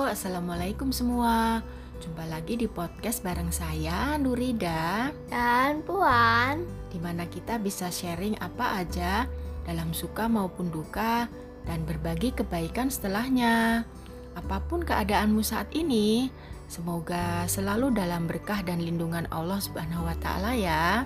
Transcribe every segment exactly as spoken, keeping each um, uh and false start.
assalamualaikum semua. Jumpa lagi di podcast bareng saya, Nurida, dan Puan, di mana kita bisa sharing apa aja dalam suka maupun duka dan berbagi kebaikan setelahnya. Apapun keadaanmu saat ini, semoga selalu dalam berkah dan lindungan Allah Subhanahu wa Ta'ala ya.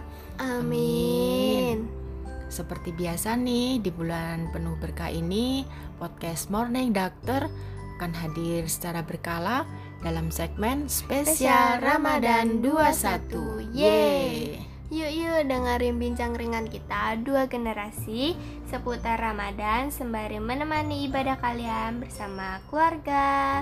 amin. Seperti biasa nih, di bulan penuh berkah ini, podcast Morning Doctor akan hadir secara berkala dalam segmen spesial Ramadan dua puluh satu. Yeay! Yuk yuk dengerin bincang ringan kita dua generasi seputar Ramadan sembari menemani ibadah kalian bersama keluarga.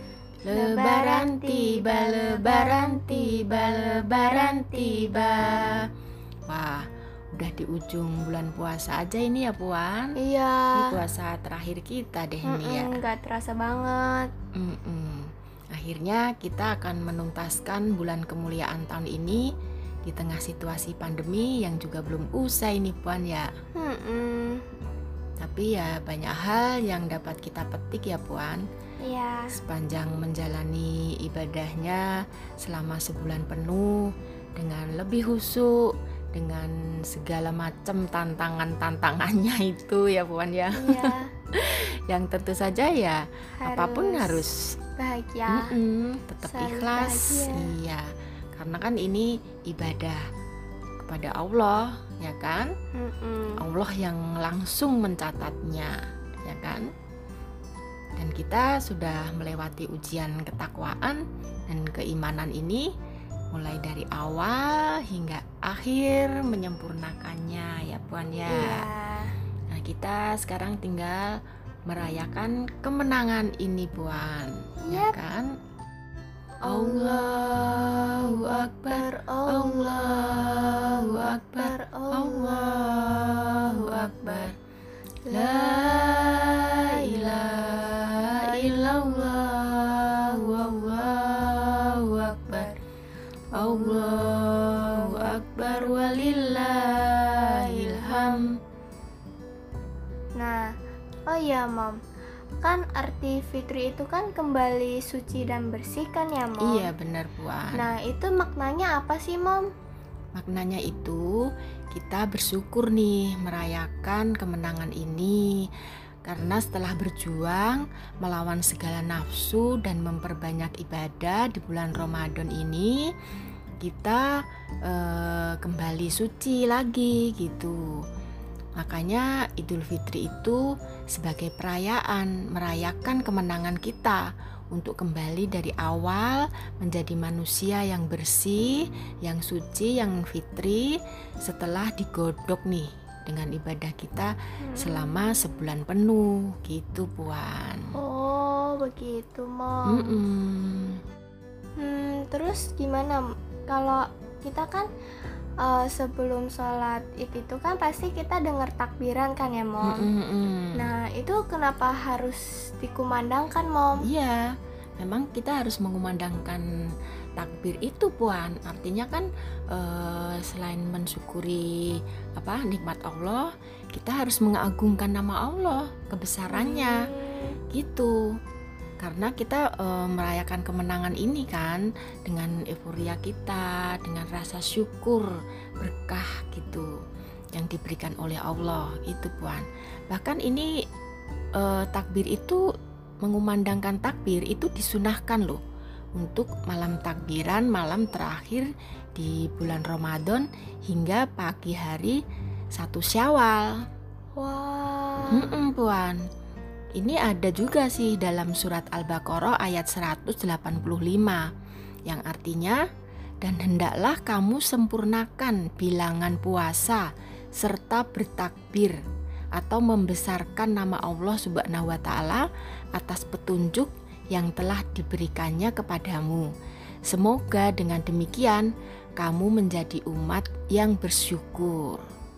Lebaran tiba, lebaran tiba, lebaran tiba. Wah, udah di ujung bulan puasa aja ini ya Puan. Iya. Ini puasa terakhir kita deh ini ya. Gak terasa banget. Mm-mm. Akhirnya kita akan menuntaskan bulan kemuliaan tahun ini di tengah situasi pandemi yang juga belum usai nih Puan ya. Mm-mm. Tapi ya banyak hal yang dapat kita petik ya Puan. Iya. Sepanjang menjalani ibadahnya selama sebulan penuh dengan lebih khusyuk, dengan segala macam tantangan-tantangannya itu ya Puan ya. Iya. Yang tentu saja ya Harus apapun harus bahagia. Mm-mm, tetap Selalu ikhlas. bahagia. Iya. Karena kan ini ibadah kepada Allah, ya kan? Mm-mm. Allah yang langsung mencatatnya, ya kan? Dan kita sudah melewati ujian ketakwaan dan keimanan ini mulai dari awal hingga akhir menyempurnakannya ya Puan ya. Iya. Nah, kita sekarang tinggal merayakan kemenangan ini Puan, ya Yap. kan? Allahu Akbar, Allahu Akbar, Allahu Akbar. La ilaha illallah, Allahu Akbar. Allahu Akbar walillahil hamd. Nah, oh iya Mom, kan arti fitri itu kan kembali suci dan bersih kan ya Mom? Iya benar Puan. Nah itu maknanya apa sih Mom? Maknanya itu kita bersyukur nih merayakan kemenangan ini, karena setelah berjuang melawan segala nafsu dan memperbanyak ibadah di bulan Ramadan ini, kita eh, kembali suci lagi gitu. Makanya Idul Fitri itu sebagai perayaan merayakan kemenangan kita untuk kembali dari awal menjadi manusia yang bersih, yang suci, yang fitri setelah digodok nih dengan ibadah kita selama sebulan penuh gitu Puan. Oh begitu Mom. Mm-mm. Hmm, terus gimana kalau kita kan uh, sebelum sholat id itu kan pasti kita dengar takbiran kan ya Mom? Mm-mm. Nah itu kenapa harus dikumandangkan Mom? Iya, memang kita harus mengumandangkan takbir itu Puan. Artinya kan eh, selain mensyukuri apa nikmat Allah, kita harus mengagungkan nama Allah, kebesarannya Hmm. gitu. Karena kita eh, merayakan kemenangan ini kan dengan euforia kita, dengan rasa syukur, berkah gitu yang diberikan oleh Allah itu Puan. Bahkan ini eh, takbir itu, mengumandangkan takbir itu disunahkan loh untuk malam takbiran, malam terakhir di bulan Ramadan hingga pagi hari satu Syawal. Wah. Mm-mm, Puan. Ini ada juga sih dalam surat Al-Baqarah ayat seratus delapan puluh lima yang artinya, dan hendaklah kamu sempurnakan bilangan puasa serta bertakbir atau membesarkan nama Allah Subhanahu wa Ta'ala atas petunjuk yang telah diberikannya kepadamu. Semoga dengan demikian kamu menjadi umat yang bersyukur.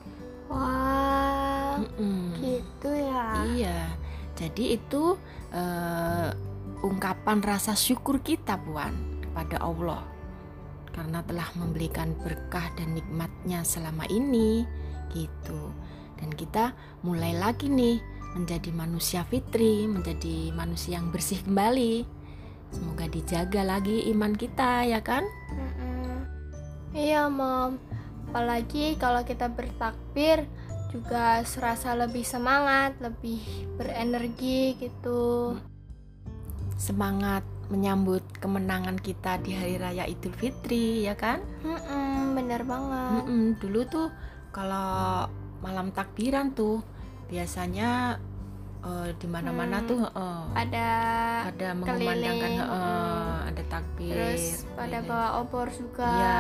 Wah. Mm-mm. Gitu ya. Iya, jadi itu uh, ungkapan rasa syukur kita Puan kepada Allah karena telah memberikan berkah dan nikmatnya selama ini gitu. Dan kita mulai lagi nih menjadi manusia fitri, menjadi manusia yang bersih kembali Semoga dijaga lagi iman kita ya kan? Mm-mm. Iya Mom, apalagi kalau kita bertakbir juga serasa lebih semangat, lebih berenergi gitu. Semangat menyambut kemenangan kita di Hari Raya Idul Fitri ya kan? Mm-mm, bener banget. Mm-mm, dulu tuh kalau malam takbiran tuh biasanya uh, di mana-mana Hmm, tuh uh, Ada ada mengumandangkan keliling, uh, mm, ada takbir. terus pada keliling. bawa obor juga. Ya,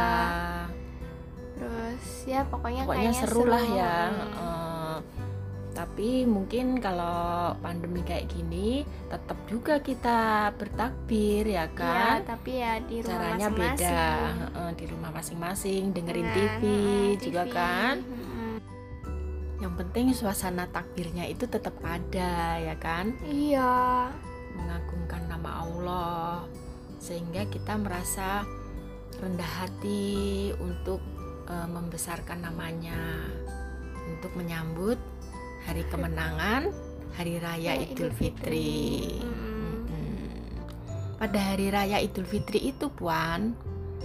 Terus ya pokoknya, pokoknya kayaknya seru lah ya. Mm. Uh, tapi mungkin kalau pandemi kayak gini tetap juga kita bertakbir ya Iya, kan? tapi ya di rumah Caranya beda, masing-masing. uh, di rumah masing-masing, dengerin Dengan, T V mm, juga T V. kan? Mm-mm. Yang penting suasana takbirnya itu tetap ada ya kan? Iya. Mengagungkan nama Allah sehingga kita merasa rendah hati untuk uh, membesarkan namanya, untuk menyambut hari kemenangan Hari Raya Ya, Idul Idul Fitri. Fitri. Mm-mm. Mm-mm. Pada Hari Raya Idul Fitri itu Puan,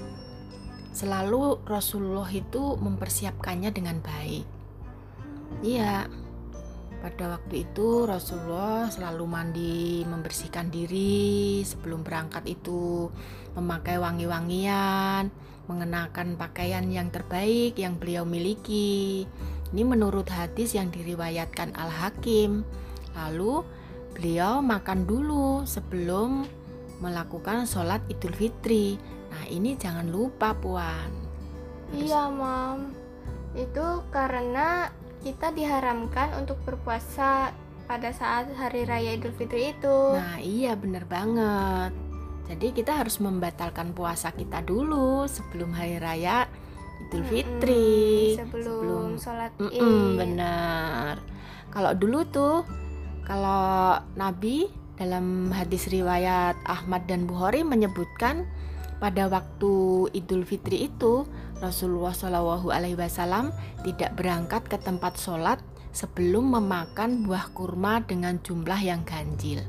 selalu Rasulullah itu mempersiapkannya dengan baik. Iya, pada waktu itu Rasulullah selalu mandi, membersihkan diri sebelum berangkat itu, memakai wangi-wangian, mengenakan pakaian yang terbaik yang beliau miliki. Ini menurut hadis yang diriwayatkan Al-Hakim. Lalu beliau makan dulu sebelum melakukan sholat Idul Fitri. Nah ini jangan lupa Puan. Iya Mom, itu karena kita diharamkan untuk berpuasa pada saat Hari Raya Idul Fitri itu. Nah iya bener banget. Jadi kita harus membatalkan puasa kita dulu sebelum Hari Raya Idul Fitri. Mm-mm, sebelum, sebelum sholat Id. Benar. Kalau dulu tuh, kalau Nabi dalam hadis riwayat Ahmad dan Bukhari menyebutkan pada waktu Idul Fitri itu Rasulullah shallallahu alaihi wasallam tidak berangkat ke tempat sholat sebelum memakan buah kurma dengan jumlah yang ganjil.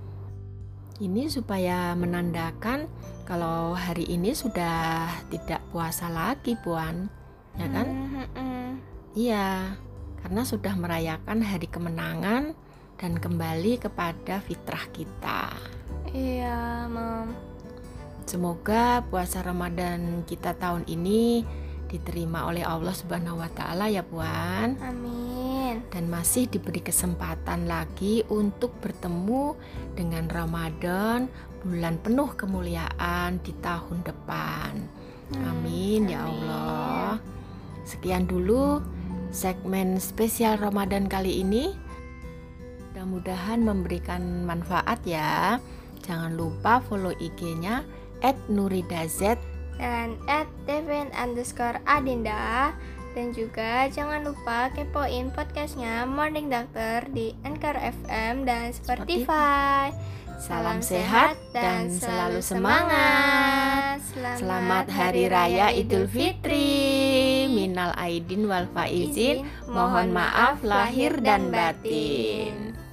Ini supaya menandakan kalau hari ini sudah tidak puasa lagi Puan, ya kan? Mm-hmm. Iya, karena sudah merayakan hari kemenangan dan kembali kepada fitrah kita. Iya, Mom. Semoga puasa Ramadan kita tahun ini diterima oleh Allah Subhanahu wa taala ya Puan. Amin. Dan masih diberi kesempatan lagi untuk bertemu dengan Ramadan, bulan penuh kemuliaan di tahun depan. Hmm, Amin ya amin. Allah. Sekian dulu segmen spesial Ramadan kali ini. Mudah-mudahan memberikan manfaat ya. Jangan lupa follow I G-nya et nuridaz dan at devin underscore adinda. Dan juga jangan lupa kepoin podcastnya Morning Doctor di Anchor F M dan Spotify. Salam sehat dan selalu semangat. Selamat, Selamat Hari Raya Idul Fitri. Minal aidin wal faizin. Mohon maaf lahir dan batin.